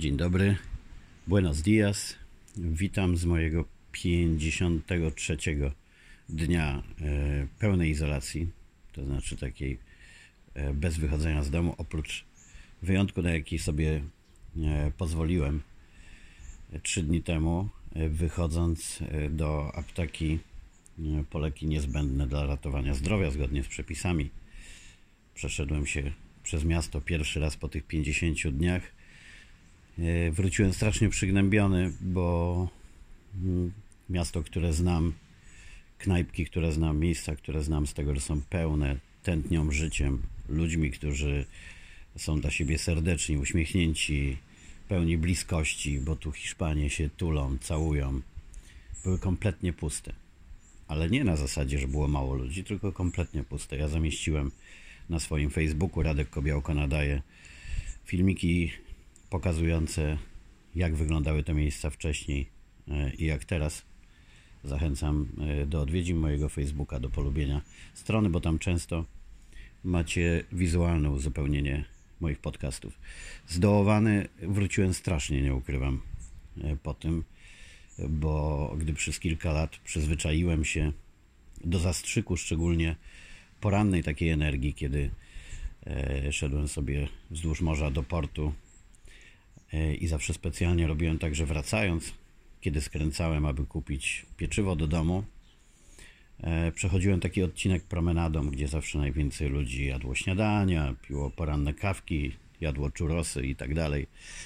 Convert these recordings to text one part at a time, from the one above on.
Dzień dobry, buenos dias. Witam z mojego 53 dnia pełnej izolacji, to znaczy takiej bez wychodzenia z domu, oprócz wyjątku, na jaki sobie pozwoliłem 3 dni temu, wychodząc do apteki po leki niezbędne dla ratowania zdrowia zgodnie z przepisami. Przeszedłem się przez miasto pierwszy raz po tych 50 dniach. Wróciłem strasznie przygnębiony, bo miasto, które znam, knajpki, które znam, miejsca, które znam, z tego, że są pełne, tętnią życiem, ludźmi, którzy są dla siebie serdeczni, uśmiechnięci, pełni bliskości, bo tu Hiszpanie się tulą, całują, były kompletnie puste. Ale nie na zasadzie, że było mało ludzi, tylko kompletnie puste. Ja zamieściłem na swoim Facebooku, Radek Kobiałko nadaje, filmiki pokazujące, jak wyglądały te miejsca wcześniej i jak teraz. Zachęcam do odwiedzin mojego Facebooka, do polubienia strony, bo tam często macie wizualne uzupełnienie moich podcastów. Zdołowany wróciłem strasznie, nie ukrywam, po tym, bo gdy przez kilka lat przyzwyczaiłem się do zastrzyku, szczególnie porannej takiej energii, kiedy szedłem sobie wzdłuż morza do portu i zawsze specjalnie robiłem tak, że wracając, kiedy skręcałem, aby kupić pieczywo do domu, przechodziłem taki odcinek promenadą, gdzie zawsze najwięcej ludzi jadło śniadania, piło poranne kawki, jadło churrosy i tak dalej.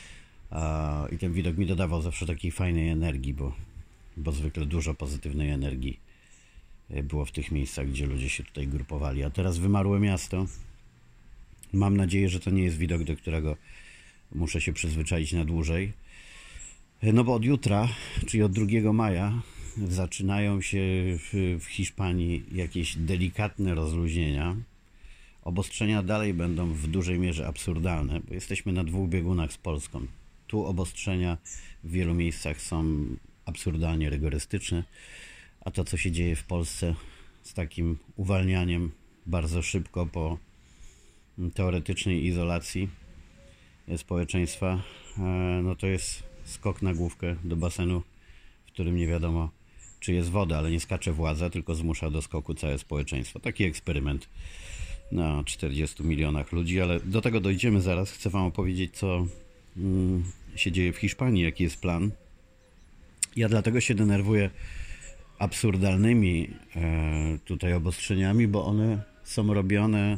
I ten widok mi dodawał zawsze takiej fajnej energii, bo zwykle dużo pozytywnej energii było w tych miejscach, gdzie ludzie się tutaj grupowali. A teraz wymarłe miasto. Mam nadzieję, że to nie jest widok, do którego muszę się przyzwyczaić na dłużej. No bo od jutra, czyli od 2 maja, zaczynają się w Hiszpanii jakieś delikatne rozluźnienia. Obostrzenia dalej będą w dużej mierze absurdalne, bo jesteśmy na 2 biegunach z Polską. Tu obostrzenia w wielu miejscach są absurdalnie rygorystyczne, a to, co się dzieje w Polsce z takim uwalnianiem bardzo szybko po teoretycznej izolacji społeczeństwa, no to jest skok na główkę do basenu, w którym nie wiadomo, czy jest woda, ale nie skacze władza, tylko zmusza do skoku całe społeczeństwo. Taki eksperyment na 40 milionach ludzi, ale do tego dojdziemy zaraz. Chcę wam opowiedzieć, co się dzieje w Hiszpanii, jaki jest plan. Ja dlatego się denerwuję absurdalnymi tutaj obostrzeniami, bo one są robione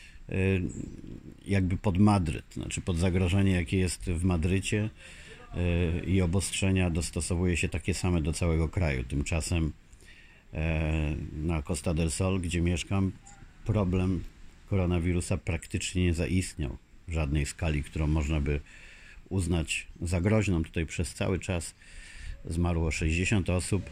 jakby pod Madryt, znaczy pod zagrożenie, jakie jest w Madrycie, i obostrzenia dostosowuje się takie same do całego kraju. Tymczasem na Costa del Sol, gdzie mieszkam, problem koronawirusa praktycznie nie zaistniał w żadnej skali, którą można by uznać za groźną. Tutaj przez cały czas zmarło 60 osób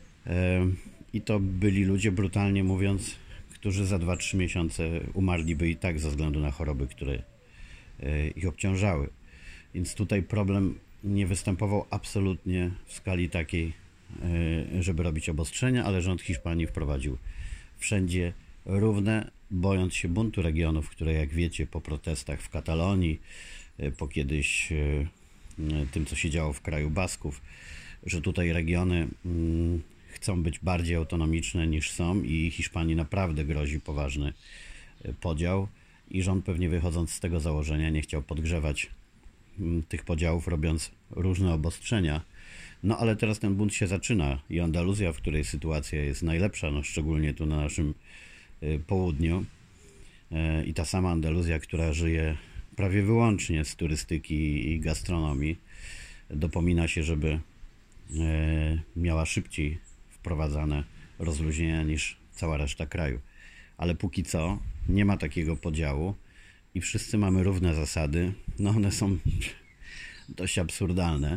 i to byli ludzie, brutalnie mówiąc, którzy za 2-3 miesiące umarliby i tak ze względu na choroby, które ich obciążały. Więc tutaj problem nie występował absolutnie w skali takiej, żeby robić obostrzenia, ale rząd Hiszpanii wprowadził wszędzie równe, bojąc się buntu regionów, które, jak wiecie, po protestach w Katalonii, po kiedyś tym, co się działo w kraju Basków, że tutaj regiony chcą być bardziej autonomiczne niż są i Hiszpanii naprawdę grozi poważny podział i rząd, pewnie wychodząc z tego założenia, nie chciał podgrzewać tych podziałów, robiąc różne obostrzenia. No ale teraz ten bunt się zaczyna i Andaluzja, w której sytuacja jest najlepsza, no szczególnie tu na naszym południu, i ta sama Andaluzja, która żyje prawie wyłącznie z turystyki i gastronomii, dopomina się, żeby miała szybciej wprowadzane rozluźnienia niż cała reszta kraju. Ale póki co nie ma takiego podziału i wszyscy mamy równe zasady. No one są dość absurdalne.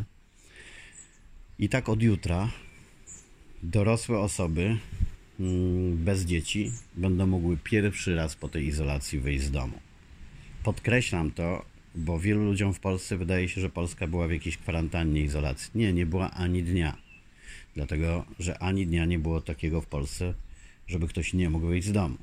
I tak od jutra dorosłe osoby bez dzieci będą mogły pierwszy raz po tej izolacji wyjść z domu. Podkreślam to, bo wielu ludziom w Polsce wydaje się, że Polska była w jakiejś kwarantannie, izolacji. Nie była ani dnia. Dlatego, że ani dnia nie było takiego w Polsce, żeby ktoś nie mógł wyjść z domu.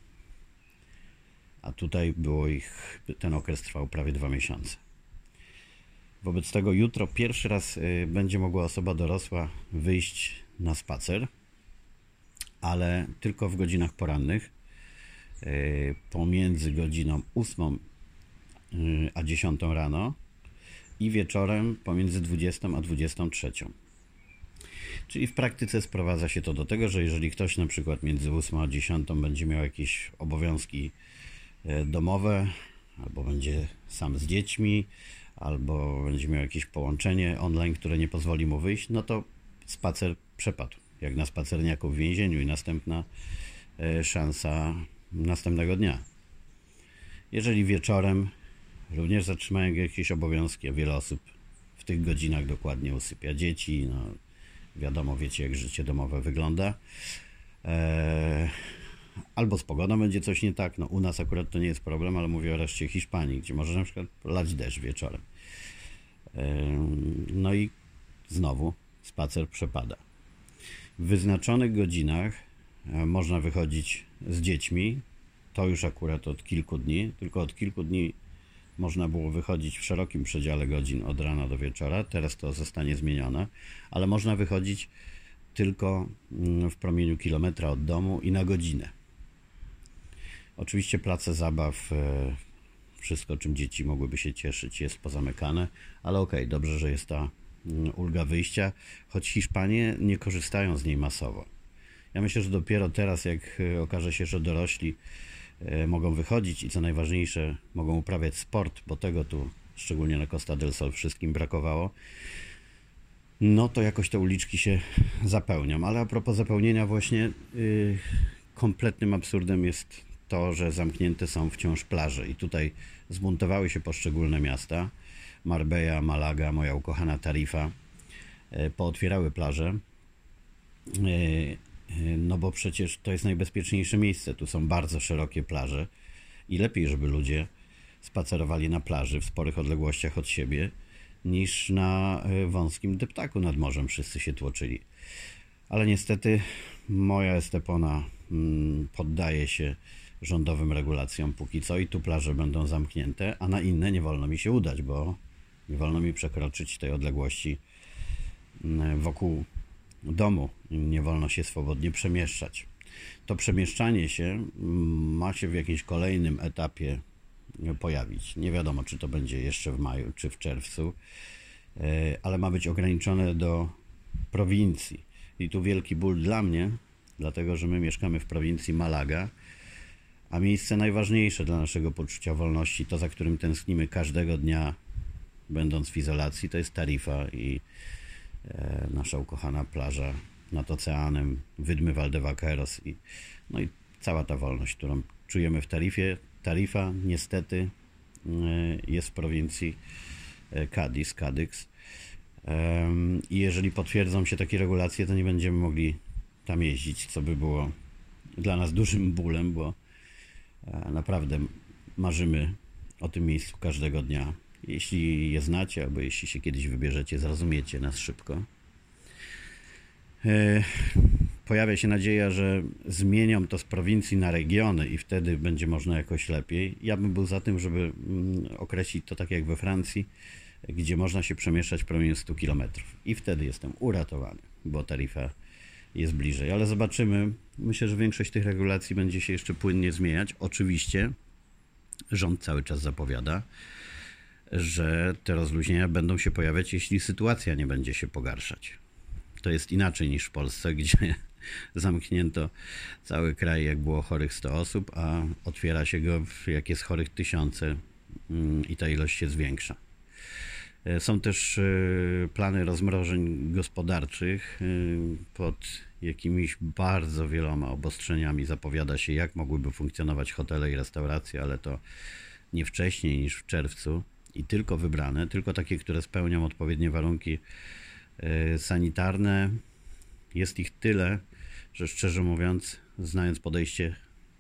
A tutaj ten okres trwał prawie 2 miesiące. Wobec tego jutro pierwszy raz będzie mogła osoba dorosła wyjść na spacer, ale tylko w godzinach porannych, pomiędzy godziną 8 a 10 rano i wieczorem pomiędzy 20 a 23. Czyli w praktyce sprowadza się to do tego, że jeżeli ktoś na przykład między 8 a 10 będzie miał jakieś obowiązki domowe, albo będzie sam z dziećmi, albo będzie miał jakieś połączenie online, które nie pozwoli mu wyjść, no to spacer przepadł, jak na spacerniaku w więzieniu i następna szansa następnego dnia. Jeżeli wieczorem również zatrzymają jakieś obowiązki, a wiele osób w tych godzinach dokładnie usypia dzieci, no wiadomo, wiecie jak życie domowe wygląda, albo z pogodą będzie coś nie tak, no u nas akurat to nie jest problem, ale mówię o reszcie Hiszpanii, gdzie może na przykład lać deszcz wieczorem. No i znowu spacer przepada. W wyznaczonych godzinach można wychodzić z dziećmi, to już akurat od kilku dni, tylko od kilku dni można było wychodzić w szerokim przedziale godzin od rana do wieczora, teraz to zostanie zmienione, ale można wychodzić tylko w promieniu kilometra od domu i na godzinę. Oczywiście place zabaw, wszystko czym dzieci mogłyby się cieszyć jest pozamykane, ale okej, dobrze, że jest ta ulga wyjścia, choć Hiszpanie nie korzystają z niej masowo. Ja myślę, że dopiero teraz, jak okaże się, że dorośli mogą wychodzić i co najważniejsze, mogą uprawiać sport, bo tego tu szczególnie na Costa del Sol wszystkim brakowało, no to jakoś te uliczki się zapełnią. Ale a propos zapełnienia właśnie, kompletnym absurdem jest to, że zamknięte są wciąż plaże i tutaj zbuntowały się poszczególne miasta. Marbella, Malaga, moja ukochana Tarifa pootwierały plaże, no bo przecież to jest najbezpieczniejsze miejsce. Tu są bardzo szerokie plaże i lepiej, żeby ludzie spacerowali na plaży w sporych odległościach od siebie, niż na wąskim deptaku nad morzem wszyscy się tłoczyli. Ale niestety moja Estepona poddaje się rządowym regulacjom póki co i tu plaże będą zamknięte, a na inne nie wolno mi się udać, bo nie wolno mi przekroczyć tej odległości wokół domu. Nie wolno się swobodnie przemieszczać. To przemieszczanie się ma się w jakimś kolejnym etapie pojawić. Nie wiadomo, czy to będzie jeszcze w maju, czy w czerwcu, ale ma być ograniczone do prowincji. I tu wielki ból dla mnie, dlatego że my mieszkamy w prowincji Malaga, a miejsce najważniejsze dla naszego poczucia wolności, to za którym tęsknimy każdego dnia, będąc w izolacji, to jest Tarifa i nasza ukochana plaża nad oceanem, wydmy Valdevaqueros no i cała ta wolność, którą czujemy w Tarifie. Tarifa niestety jest w prowincji Cadix. I jeżeli potwierdzą się takie regulacje, to nie będziemy mogli tam jeździć, co by było dla nas dużym bólem, bo naprawdę marzymy o tym miejscu każdego dnia. Jeśli je znacie, albo jeśli się kiedyś wybierzecie, zrozumiecie nas szybko. Pojawia się nadzieja, że zmienią to z prowincji na regiony i wtedy będzie można jakoś lepiej. Ja bym był za tym, żeby określić to tak jak we Francji, gdzie można się przemieszczać w promieniu 100 km. I wtedy jestem uratowany, bo Tarifa jest bliżej. Ale zobaczymy. Myślę, że większość tych regulacji będzie się jeszcze płynnie zmieniać. Oczywiście rząd cały czas zapowiada, że te rozluźnienia będą się pojawiać, jeśli sytuacja nie będzie się pogarszać. To jest inaczej niż w Polsce, gdzie zamknięto cały kraj, jak było chorych 100 osób, a otwiera się go, jak jest chorych 1000 i ta ilość się zwiększa. Są też plany rozmrożeń gospodarczych. Pod jakimiś bardzo wieloma obostrzeniami zapowiada się, jak mogłyby funkcjonować hotele i restauracje, ale to nie wcześniej niż w czerwcu i tylko wybrane, tylko takie, które spełnią odpowiednie warunki sanitarne. Jest ich tyle, że szczerze mówiąc, znając podejście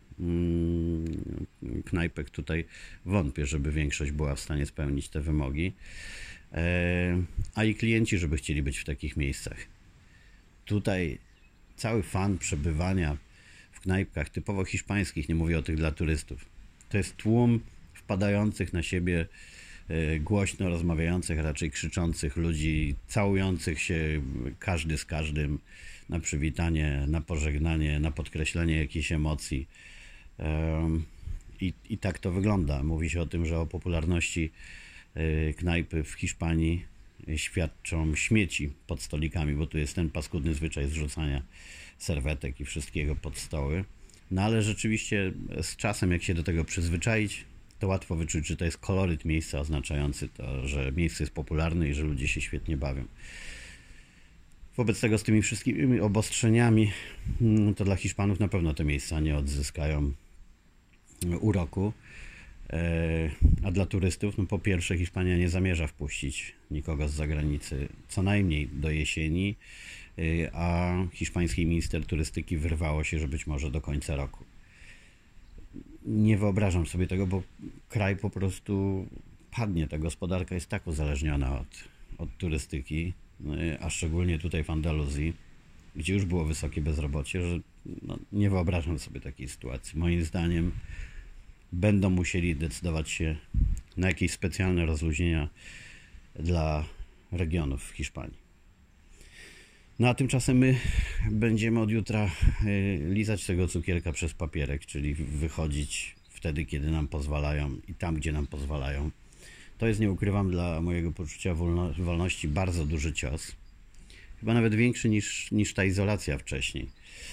knajpek tutaj, wątpię, żeby większość była w stanie spełnić te wymogi, a i klienci, żeby chcieli być w takich miejscach. Tutaj cały fan przebywania w knajpkach typowo hiszpańskich, nie mówię o tych dla turystów, to jest tłum wpadających na siebie głośno rozmawiających, raczej krzyczących ludzi, całujących się każdy z każdym na przywitanie, na pożegnanie, na podkreślenie jakiejś emocji. I tak to wygląda. Mówi się o tym, że o popularności knajpy w Hiszpanii świadczą śmieci pod stolikami, bo tu jest ten paskudny zwyczaj zrzucania serwetek i wszystkiego pod stoły. No ale rzeczywiście z czasem, jak się do tego przyzwyczaić, to łatwo wyczuć, że to jest koloryt miejsca oznaczający to, że miejsce jest popularne i że ludzie się świetnie bawią. Wobec tego z tymi wszystkimi obostrzeniami, to dla Hiszpanów na pewno te miejsca nie odzyskają uroku. A dla turystów, no po pierwsze, Hiszpania nie zamierza wpuścić nikogo z zagranicy, co najmniej do jesieni, a hiszpański minister turystyki wyrwało się, że być może do końca roku. Nie wyobrażam sobie tego, bo kraj po prostu padnie. Ta gospodarka jest tak uzależniona od turystyki, a szczególnie tutaj w Andaluzji, gdzie już było wysokie bezrobocie, że no, nie wyobrażam sobie takiej sytuacji. Moim zdaniem będą musieli decydować się na jakieś specjalne rozluźnienia dla regionów w Hiszpanii. No a tymczasem my będziemy od jutra lizać tego cukierka przez papierek, czyli wychodzić wtedy, kiedy nam pozwalają i tam, gdzie nam pozwalają. To jest, nie ukrywam, dla mojego poczucia wolności bardzo duży cios. Chyba nawet większy niż ta izolacja wcześniej.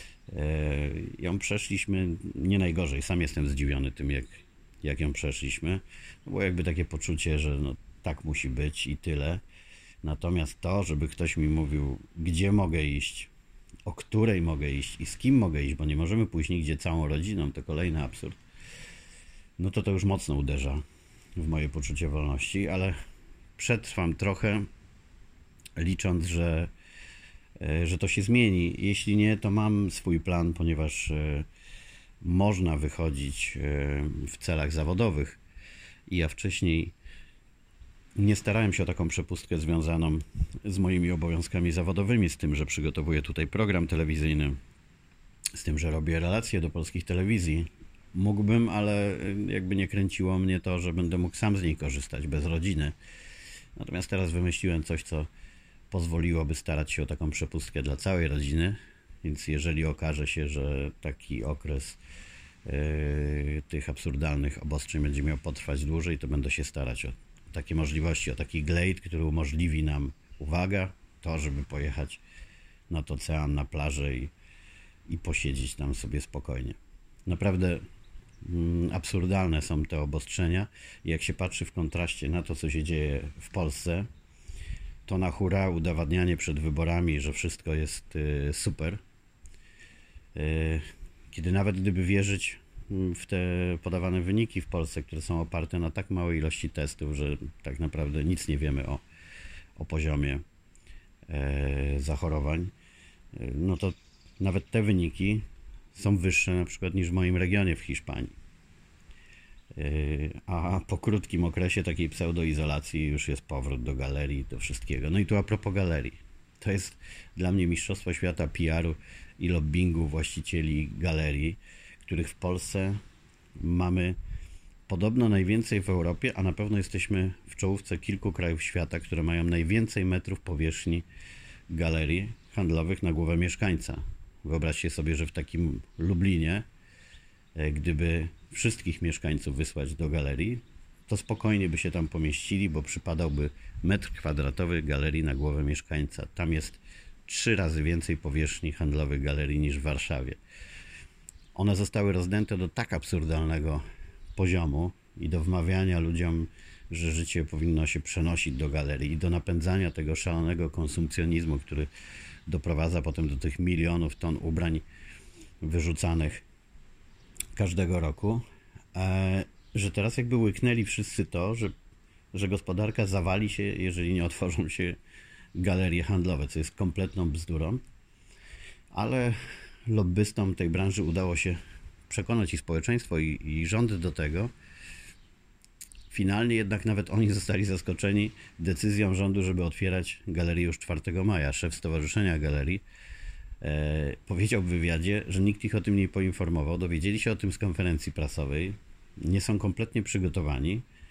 Ją przeszliśmy nie najgorzej. Sam jestem zdziwiony tym, jak ją przeszliśmy. Było jakby takie poczucie, że no, tak musi być i tyle. Natomiast to, żeby ktoś mi mówił, gdzie mogę iść, o której mogę iść i z kim mogę iść, bo nie możemy pójść nigdzie całą rodziną, to kolejny absurd, no to już mocno uderza w moje poczucie wolności, ale przetrwam trochę, licząc, że to się zmieni. Jeśli nie, to mam swój plan, ponieważ można wychodzić w celach zawodowych i ja wcześniej nie starałem się o taką przepustkę związaną z moimi obowiązkami zawodowymi, z tym, że przygotowuję tutaj program telewizyjny, z tym, że robię relacje do polskich telewizji. Mógłbym, ale jakby nie kręciło mnie to, że będę mógł sam z niej korzystać bez rodziny. Natomiast teraz wymyśliłem coś, co pozwoliłoby starać się o taką przepustkę dla całej rodziny, więc jeżeli okaże się, że taki okres tych absurdalnych obostrzeń będzie miał potrwać dłużej, to będę się starać o takie możliwości, o taki glejt, który umożliwi nam, uwaga, to, żeby pojechać nad ocean, na plażę i posiedzieć tam sobie spokojnie. Naprawdę absurdalne są te obostrzenia. Jak się patrzy w kontraście na to, co się dzieje w Polsce, to na hura udowadnianie przed wyborami, że wszystko jest super, kiedy nawet gdyby wierzyć w te podawane wyniki w Polsce, które są oparte na tak małej ilości testów, że tak naprawdę nic nie wiemy o poziomie zachorowań, no to nawet te wyniki są wyższe na przykład niż w moim regionie w Hiszpanii. A po krótkim okresie takiej pseudoizolacji już jest powrót do galerii, do wszystkiego. No i tu a propos galerii. To jest dla mnie mistrzostwo świata PR-u i lobbingu właścicieli galerii, których w Polsce mamy podobno najwięcej w Europie, a na pewno jesteśmy w czołówce kilku krajów świata, które mają najwięcej metrów powierzchni galerii handlowych na głowę mieszkańca. Wyobraźcie sobie, że w takim Lublinie, gdyby wszystkich mieszkańców wysłać do galerii, to spokojnie by się tam pomieścili, bo przypadałby metr kwadratowy galerii na głowę mieszkańca. Tam jest 3 razy więcej powierzchni handlowych galerii niż w Warszawie. One zostały rozdęte do tak absurdalnego poziomu i do wmawiania ludziom, że życie powinno się przenosić do galerii i do napędzania tego szalonego konsumpcjonizmu, który doprowadza potem do tych milionów ton ubrań wyrzucanych każdego roku, że teraz jakby łyknęli wszyscy to, że gospodarka zawali się, jeżeli nie otworzą się galerie handlowe, co jest kompletną bzdurą, ale lobbystom tej branży udało się przekonać i społeczeństwo i rząd do tego. Finalnie jednak nawet oni zostali zaskoczeni decyzją rządu, żeby otwierać galerię już 4 maja. Szef Stowarzyszenia Galerii powiedział w wywiadzie, że nikt ich o tym nie poinformował. Dowiedzieli się o tym z konferencji prasowej. Nie są kompletnie przygotowani.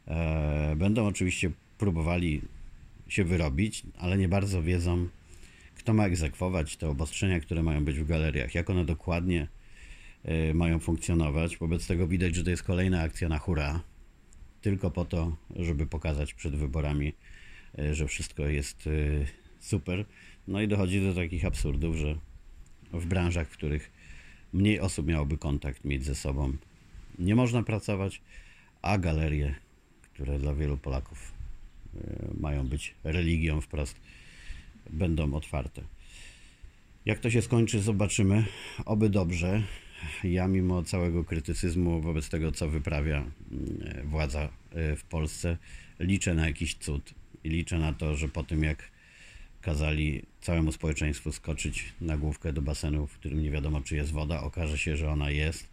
Będą oczywiście próbowali się wyrobić, ale nie bardzo wiedzą, kto ma egzekwować te obostrzenia, które mają być w galeriach, jak one dokładnie mają funkcjonować. Wobec tego widać, że to jest kolejna akcja na hura, tylko po to, żeby pokazać przed wyborami, że wszystko jest super. No i dochodzi do takich absurdów, że w branżach, w których mniej osób miałoby kontakt mieć ze sobą, nie można pracować, a galerie, które dla wielu Polaków mają być religią wprost, będą otwarte. Jak to się skończy, zobaczymy. Oby dobrze. Ja mimo całego krytycyzmu wobec tego, co wyprawia władza w Polsce, liczę na jakiś cud i liczę na to, że po tym jak kazali całemu społeczeństwu skoczyć na główkę do basenu, w którym nie wiadomo, czy jest woda, okaże się, że ona jest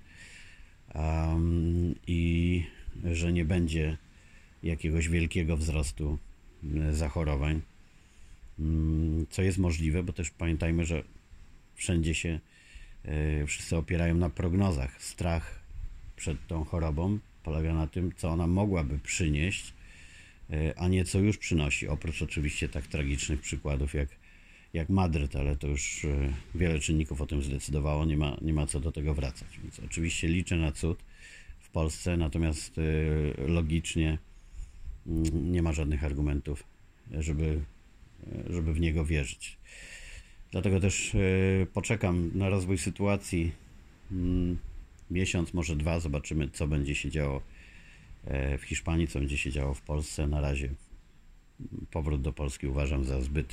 i że nie będzie jakiegoś wielkiego wzrostu zachorowań, co jest możliwe, bo też pamiętajmy, że wszędzie się wszyscy opierają na prognozach. Strach przed tą chorobą polega na tym, co ona mogłaby przynieść, a nie co już przynosi. Oprócz oczywiście tak tragicznych przykładów jak Madryt, ale to już wiele czynników o tym zdecydowało, nie ma co do tego wracać. Więc oczywiście liczę na cud w Polsce, natomiast logicznie nie ma żadnych argumentów, żeby w niego wierzyć. Dlatego też poczekam na rozwój sytuacji. Miesiąc, może dwa, zobaczymy, co będzie się działo w Hiszpanii, co będzie się działo w Polsce. Na razie powrót do Polski uważam za zbyt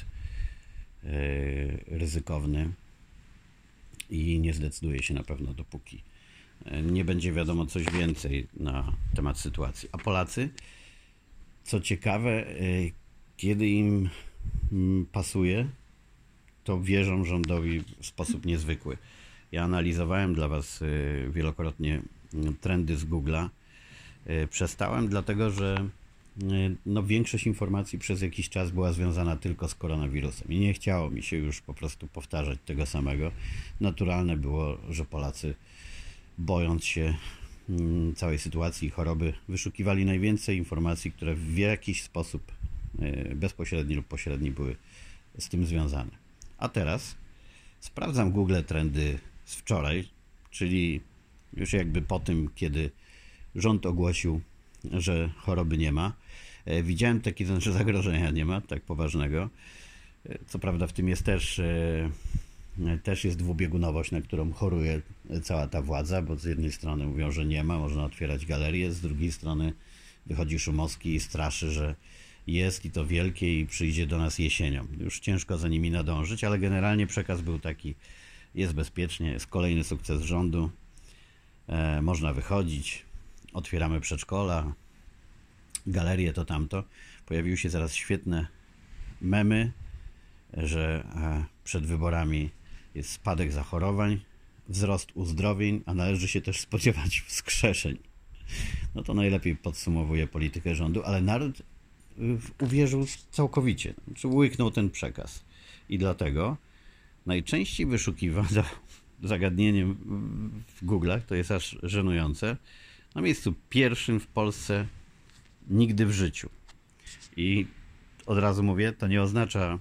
ryzykowny i nie zdecyduje się na pewno, dopóki nie będzie wiadomo coś więcej na temat sytuacji. A Polacy, co ciekawe, kiedy im pasuje, to wierzą rządowi w sposób niezwykły. Ja analizowałem dla Was wielokrotnie trendy z Google'a. Przestałem, dlatego że większość informacji przez jakiś czas była związana tylko z koronawirusem i nie chciało mi się już po prostu powtarzać tego samego. Naturalne było, że Polacy, bojąc się całej sytuacji i choroby, wyszukiwali najwięcej informacji, które w jakiś sposób bezpośredni lub pośredni były z tym związane. A teraz sprawdzam Google trendy z wczoraj, czyli już jakby po tym, kiedy rząd ogłosił, że choroby nie ma. Widziałem takie, że zagrożenia nie ma, tak poważnego. Co prawda w tym jest też jest dwubiegunowość, na którą choruje cała ta władza, bo z jednej strony mówią, że nie ma, można otwierać galerie, z drugiej strony wychodzi Szumowski i straszy, że jest i to wielkie i przyjdzie do nas jesienią. Już ciężko za nimi nadążyć, ale generalnie przekaz był taki: jest bezpiecznie, jest kolejny sukces rządu, można wychodzić, otwieramy przedszkola, galerie, to tamto. Pojawiły się zaraz świetne memy, że przed wyborami jest spadek zachorowań, wzrost uzdrowień, a należy się też spodziewać wskrzeszeń. No to najlepiej podsumowuje politykę rządu, ale naród uwierzył całkowicie, znaczy łyknął ten przekaz. I dlatego najczęściej wyszukiwane zagadnieniem w Google'ach, to jest aż żenujące, na miejscu pierwszym w Polsce nigdy w życiu. I od razu mówię, to nie oznacza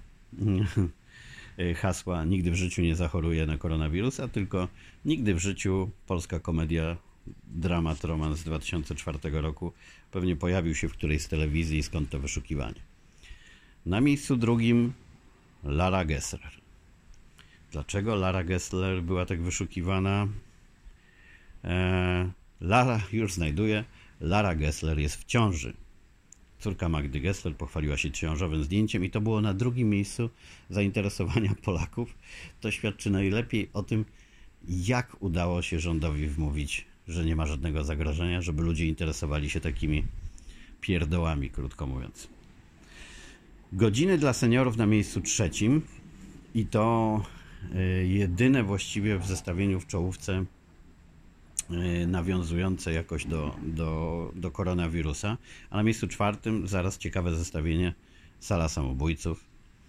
hasła nigdy w życiu nie zachoruję na koronawirusa, tylko nigdy w życiu polska komedia, dramat, romans z 2004 roku pewnie pojawił się w którejś z telewizji, skąd to wyszukiwanie. Na miejscu drugim Lara Gessler. Dlaczego Lara Gessler była tak wyszukiwana? Już znajduję. Lara Gessler jest w ciąży. Córka Magdy Gessler pochwaliła się ciążowym zdjęciem i to było na drugim miejscu zainteresowania Polaków. To świadczy najlepiej o tym, jak udało się rządowi wmówić, że nie ma żadnego zagrożenia, żeby ludzie interesowali się takimi pierdołami, krótko mówiąc. Godziny dla seniorów na miejscu trzecim i to jedyne właściwie w zestawieniu w czołówce nawiązujące jakoś do koronawirusa, a na miejscu czwartym zaraz ciekawe zestawienie Sala Samobójców.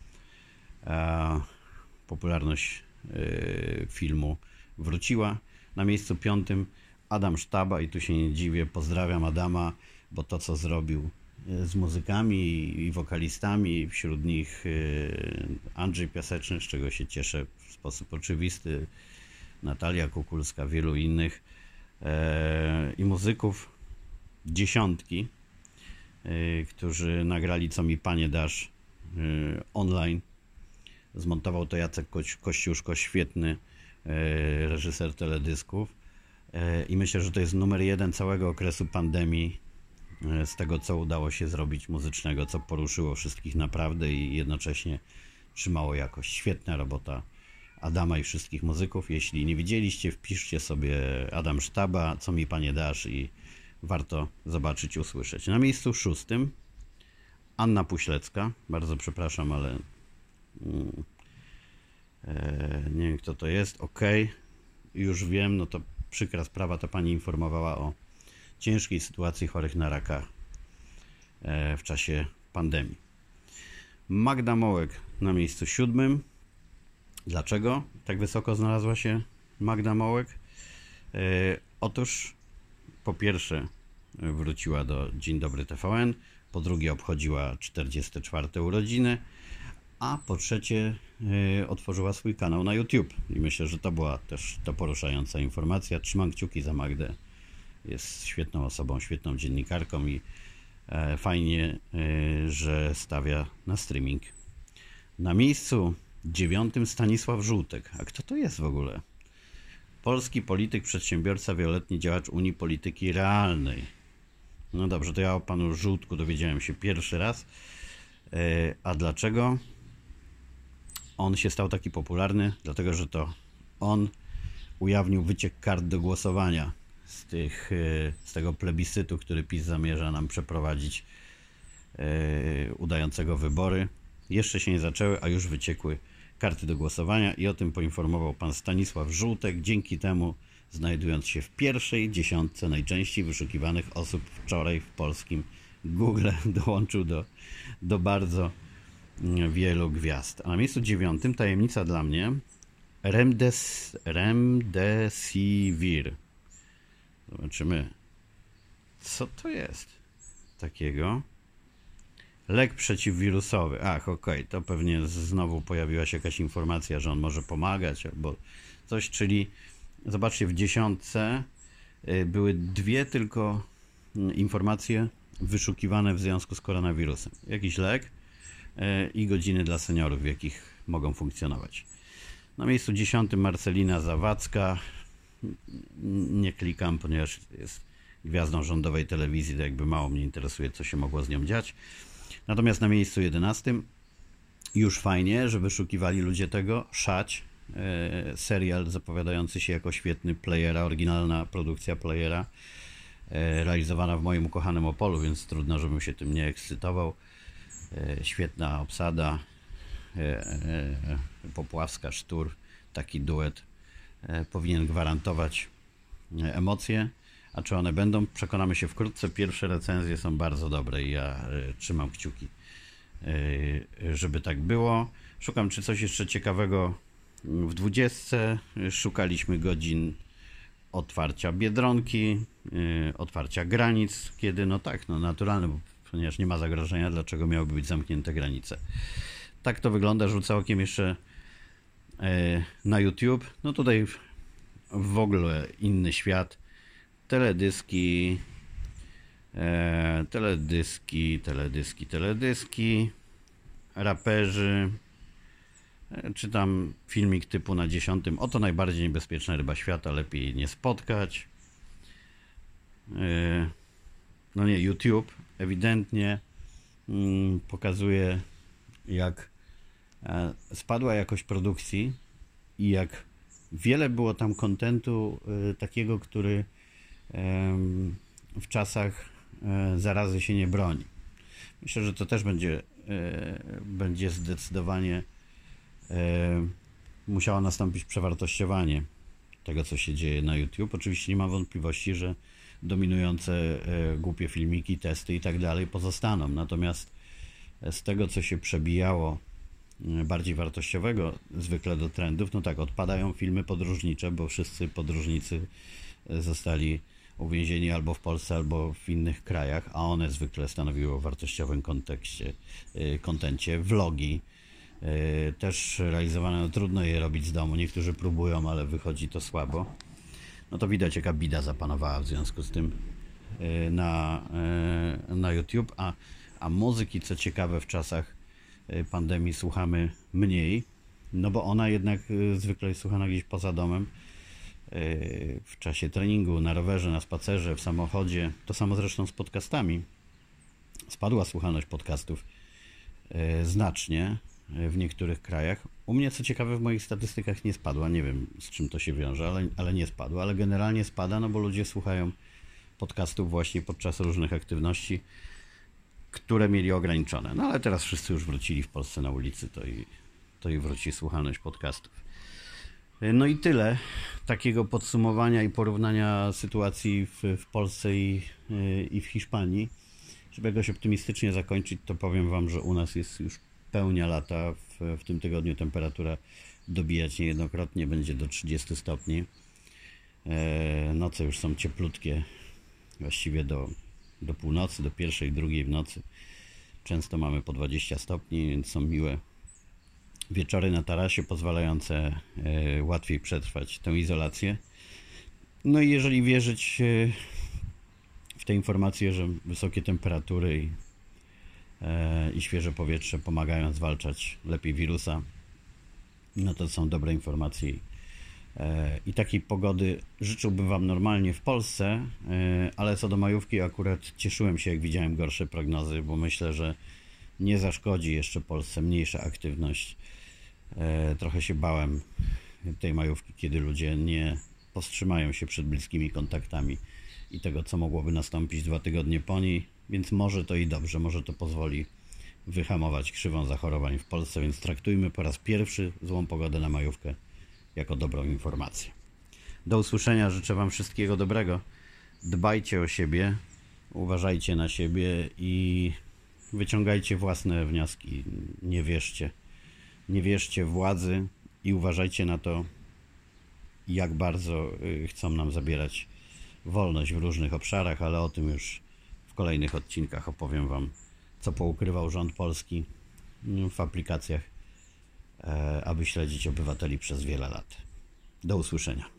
Popularność filmu wróciła. Na miejscu piątym Adam Sztaba i tu się nie dziwię, pozdrawiam Adama, bo to, co zrobił z muzykami i wokalistami, wśród nich Andrzej Piaseczny, z czego się cieszę w sposób oczywisty, Natalia Kukulska, wielu innych i muzyków, dziesiątki, którzy nagrali Co mi Panie dasz online. Zmontował to Jacek Kościuszko, świetny reżyser teledysków. I myślę, że to jest numer jeden całego okresu pandemii, z tego, co udało się zrobić muzycznego, co poruszyło wszystkich naprawdę i jednocześnie trzymało jakość. Świetna robota Adama i wszystkich muzyków. Jeśli nie widzieliście, wpiszcie sobie Adam Sztaba, Co mi Panie dasz i warto zobaczyć, usłyszeć. Na miejscu 6 Anna Puślecka. Bardzo przepraszam, ale nie wiem, kto to jest. Ok, już wiem, no to przykra sprawa, ta pani informowała o ciężkiej sytuacji chorych na raka w czasie pandemii. Magda Mołek na miejscu 7. Dlaczego tak wysoko znalazła się Magda Mołek? Otóż po pierwsze wróciła do Dzień Dobry TVN, po drugie obchodziła 44 urodziny, a po trzecie otworzyła swój kanał na YouTube. I myślę, że to była też to poruszająca informacja. Trzymam kciuki za Magdę. Jest świetną osobą, świetną dziennikarką i fajnie, że stawia na streaming. Na miejscu 9 Stanisław Żółtek. A kto to jest w ogóle? Polski polityk, przedsiębiorca, wieloletni działacz Unii Polityki Realnej. No dobrze, to ja o panu Żółtku dowiedziałem się pierwszy raz. A dlaczego on się stał taki popularny? Dlatego, że to on ujawnił wyciek kart do głosowania z tego plebiscytu, który PiS zamierza nam przeprowadzić, udającego wybory. Jeszcze się nie zaczęły, a już wyciekły karty do głosowania i o tym poinformował pan Stanisław Żółtek. Dzięki temu, znajdując się w pierwszej dziesiątce najczęściej wyszukiwanych osób wczoraj w polskim Google, dołączył do bardzo wielu gwiazd. A na miejscu 9 tajemnica dla mnie Remdesivir. Zobaczymy, co to jest takiego. Lek przeciwwirusowy. Ach, okej, to pewnie znowu pojawiła się jakaś informacja, że on może pomagać albo coś, czyli zobaczcie, w dziesiątce były dwie tylko informacje wyszukiwane w związku z koronawirusem. Jakiś lek i godziny dla seniorów, w jakich mogą funkcjonować. Na miejscu 10 Marcelina Zawadzka. Nie klikam, ponieważ jest gwiazdą rządowej telewizji, to jakby mało mnie interesuje, co się mogło z nią dziać. Natomiast na miejscu 11 już fajnie, że wyszukiwali ludzie tego. Szać, serial zapowiadający się jako świetny Playera, oryginalna produkcja Playera, realizowana w moim ukochanym Opolu, więc trudno, żebym się tym nie ekscytował. Świetna obsada, Popławska, Sztur, taki duet powinien gwarantować emocje. A czy one będą? Przekonamy się wkrótce. Pierwsze recenzje są bardzo dobre i ja trzymam kciuki, żeby tak było. Szukam, czy coś jeszcze ciekawego w 20. Szukaliśmy godzin otwarcia Biedronki, otwarcia granic. Kiedy? No tak, no naturalne, ponieważ nie ma zagrożenia, dlaczego miałyby być zamknięte granice. Tak to wygląda. Rzucę okiem jeszcze na YouTube. No tutaj w ogóle inny świat. Teledyski, raperzy, czytam filmik typu na 10. Oto najbardziej niebezpieczna ryba świata, lepiej nie spotkać. No nie, YouTube ewidentnie pokazuje, jak spadła jakość produkcji i jak wiele było tam kontentu takiego, który w czasach zarazy się nie broni. Myślę, że to też będzie zdecydowanie musiało nastąpić przewartościowanie tego, co się dzieje na YouTube. Oczywiście nie mam wątpliwości, że dominujące głupie filmiki, testy i tak dalej pozostaną. Natomiast z tego, co się przebijało bardziej wartościowego zwykle do trendów, no tak, odpadają filmy podróżnicze, bo wszyscy podróżnicy zostali uwięzieni albo w Polsce, albo w innych krajach, a one zwykle stanowiły o wartościowym kontencie, vlogi, też realizowane, no trudno je robić z domu, niektórzy próbują, ale wychodzi to słabo. No to widać, jaka bida zapanowała w związku z tym na YouTube, a muzyki, co ciekawe, w czasach pandemii słuchamy mniej, no bo ona jednak zwykle jest słuchana gdzieś poza domem, w czasie treningu, na rowerze, na spacerze, w samochodzie. To samo zresztą z podcastami. Spadła słuchalność podcastów znacznie w niektórych krajach. U mnie, co ciekawe, w moich statystykach nie spadła. Nie wiem, z czym to się wiąże, ale nie spadła. Ale generalnie spada, no bo ludzie słuchają podcastów właśnie podczas różnych aktywności, które mieli ograniczone. No ale teraz wszyscy już wrócili w Polsce na ulicy, to i wróci słuchalność podcastów. No i tyle takiego podsumowania i porównania sytuacji w Polsce i w Hiszpanii. Żeby jakoś optymistycznie zakończyć, to powiem Wam, że u nas jest już pełnia lata. W tym tygodniu temperatura dobijać niejednokrotnie będzie do 30 stopni. Noce już są cieplutkie, właściwie do północy, do pierwszej, drugiej w nocy. Często mamy po 20 stopni, więc są miłe wieczory na tarasie, pozwalające łatwiej przetrwać tę izolację. No i jeżeli wierzyć w te informacje, że wysokie temperatury i świeże powietrze pomagają zwalczać lepiej wirusa, no to są dobre informacje. I takiej pogody życzyłbym Wam normalnie w Polsce, ale co do majówki akurat cieszyłem się, jak widziałem gorsze prognozy, bo myślę, że nie zaszkodzi jeszcze Polsce mniejsza aktywność. Trochę się bałem tej majówki, kiedy ludzie nie powstrzymają się przed bliskimi kontaktami i tego, co mogłoby nastąpić 2 tygodnie po niej, więc może to i dobrze, może to pozwoli wyhamować krzywą zachorowań w Polsce, więc traktujmy po raz pierwszy złą pogodę na majówkę jako dobrą informację. Do usłyszenia, życzę Wam wszystkiego dobrego. Dbajcie o siebie, uważajcie na siebie i wyciągajcie własne wnioski. Nie wierzcie władzy i uważajcie na to, jak bardzo chcą nam zabierać wolność w różnych obszarach, ale o tym już w kolejnych odcinkach opowiem Wam, co poukrywał rząd polski w aplikacjach, aby śledzić obywateli przez wiele lat. Do usłyszenia.